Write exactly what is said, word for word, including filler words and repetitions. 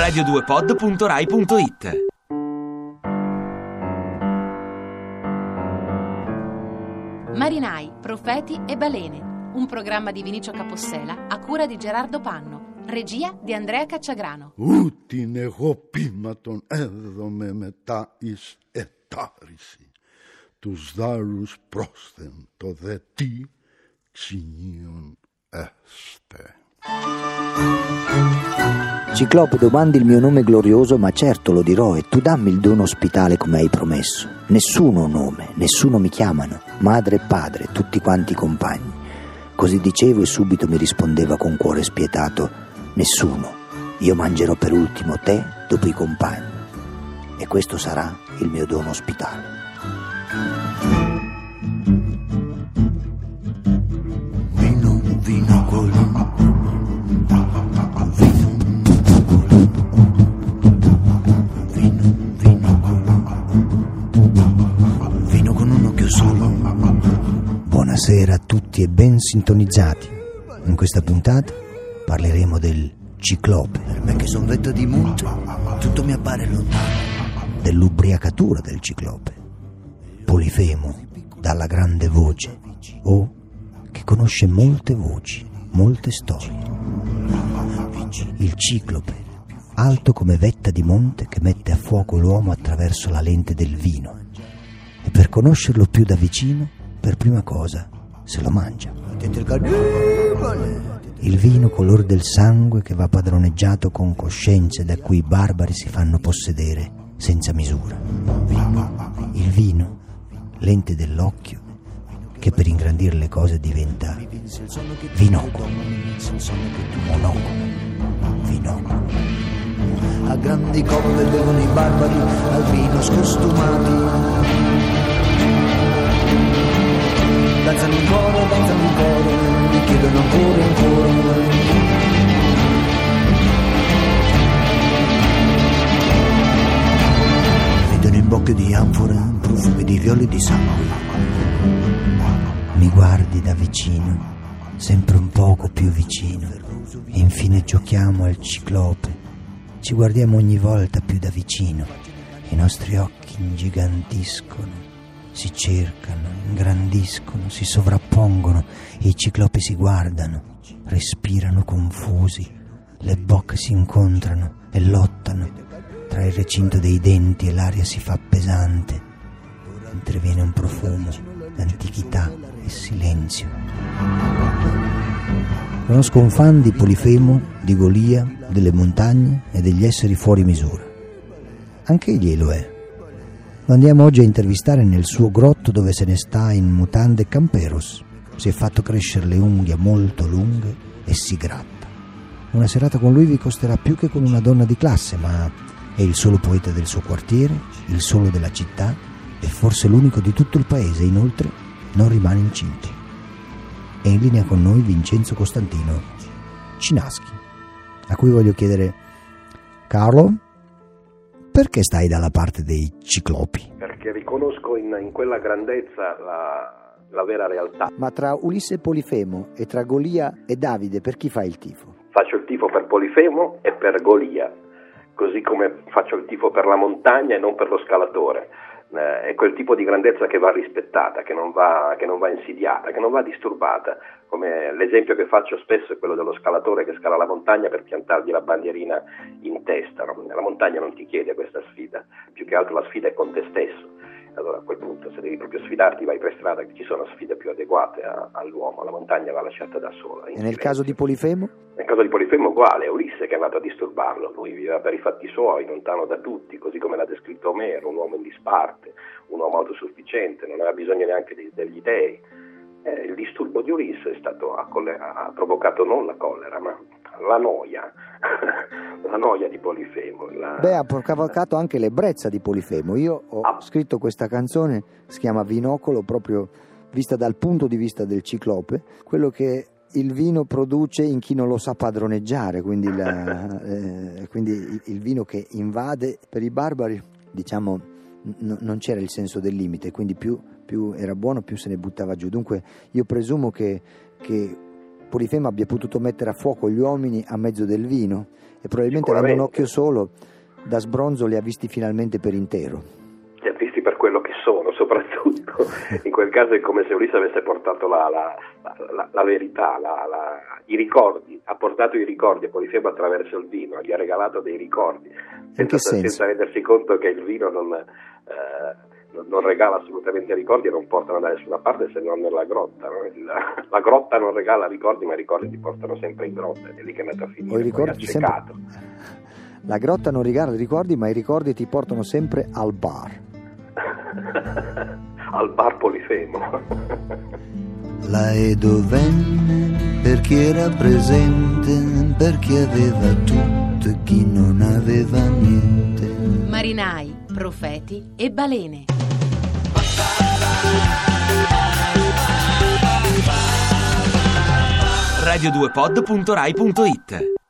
radio due pod punto rai punto it. Marinai, profeti e balene, un programma di Vinicio Capossela a cura di Gerardo Panno, regia di Andrea Cacciagrano. Utine hopimaton edome metais etarisi, tus darus prostem de ti xinion este. Ciclope, domandi il mio nome glorioso, ma certo lo dirò, e tu dammi il dono ospitale come hai promesso. Nessuno ho nome, nessuno mi chiamano, madre e padre, tutti quanti compagni. Così dicevo e subito mi rispondeva con cuore spietato: nessuno, io mangerò per ultimo te dopo i compagni, e questo sarà il mio dono ospitale. Vino, vino col Buonasera a tutti e ben sintonizzati. In questa puntata parleremo del ciclope. Per me che son vetta di monte, tutto mi appare lontano. Dell'ubriacatura del ciclope. Polifemo, dalla grande voce, o che conosce molte voci, molte storie. Il ciclope, alto come vetta di monte che mette a fuoco l'uomo attraverso la lente del vino. E per conoscerlo più da vicino, per prima cosa se lo mangia. Il vino color del sangue che va padroneggiato con coscienze da cui i barbari si fanno possedere senza misura. Il vino, lente dell'occhio, che per ingrandire le cose diventa vinocolo, monocolo, vinocolo. A grandi coppe bevono i barbari, al vino scostumati. Danzano in coro, danzano in coro, mi chiedono ancora e ancora. Vedono in bocche di anfore profumi di violi di sangue. Mi guardi da vicino, sempre un poco più vicino, e infine giochiamo al ciclope. Ci guardiamo ogni volta più da vicino, i nostri occhi ingigantiscono, si cercano, ingrandiscono, si sovrappongono, e i ciclopi si guardano, respirano confusi, le bocche si incontrano e lottano, tra il recinto dei denti e l'aria si fa pesante, mentre viene un profumo d'antichità e silenzio. Conosco un fan di Polifemo, di Golia, delle montagne e degli esseri fuori misura. Anche egli lo è. Lo andiamo oggi a intervistare nel suo grotto, dove se ne sta in mutande e camperos. Si è fatto crescere le unghie molto lunghe e si gratta. Una serata con lui vi costerà più che con una donna di classe, ma è il solo poeta del suo quartiere, il solo della città e forse l'unico di tutto il paese. Inoltre non rimane incinto. È in linea con noi Vincenzo Costantino Cinaschi, a cui voglio chiedere: Carlo, perché stai dalla parte dei ciclopi? Perché riconosco in, in quella grandezza la, la vera realtà. Ma tra Ulisse e Polifemo e tra Golia e Davide, per chi fai il tifo? Faccio il tifo per Polifemo e per Golia, così come faccio il tifo per la montagna e non per lo scalatore. Eh, è quel tipo di grandezza che va rispettata, che non va, che non va insidiata, che non va disturbata. Come l'esempio che faccio spesso è quello dello scalatore che scala la montagna per piantargli la bandierina in testa. No? La montagna non ti chiede questa sfida, più che altro la sfida è con te stesso. Allora a quel punto, se devi proprio sfidarti, vai per strada, che ci sono sfide più adeguate a, all'uomo. La montagna va lasciata da sola. E nel caso di Polifemo? Nel caso di Polifemo uguale, è Ulisse che è andato a disturbarlo. Lui viveva per i fatti suoi, lontano da tutti, così come l'ha descritto Omero, un uomo in disparte, un uomo autosufficiente, non aveva bisogno neanche di, degli dei. Eh, il disturbo di Ulisse è stato, ha, ha provocato non la collera, ma la noia, la noia di Polifemo. La... Beh, ha provocato anche l'ebbrezza di Polifemo. Io ho ah. scritto questa canzone, si chiama Vinocolo, proprio vista dal punto di vista del ciclope, quello che il vino produce in chi non lo sa padroneggiare, quindi, la, eh, quindi il, il vino che invade. Per i barbari, diciamo, n- non c'era il senso del limite, quindi più, più era buono più se ne buttava giù. Dunque io presumo che, che Polifemo abbia potuto mettere a fuoco gli uomini a mezzo del vino, e probabilmente avendo un occhio solo da sbronzo li ha visti finalmente per intero. Li ha visti per quello che sono, soprattutto in quel caso è come se Ulisse avesse portato la, la, la, la verità, la, la, i ricordi, ha portato i ricordi a Polifemo attraverso il vino, gli ha regalato dei ricordi, senza, senza rendersi conto che il vino non, eh, non regala assolutamente ricordi e non portano da nessuna parte se non nella grotta. No? La, la grotta non regala ricordi, ma i ricordi ti portano sempre in grotta, ed è lì che è andato a finire, o i ricordi sempre... La grotta non regala ricordi, ma i ricordi ti portano sempre al bar. Al bar Polifemo. La Edo venne per chi era presente, per chi aveva tutto e chi non aveva niente. Marinai, profeti e balene. radio due pod punto rai punto it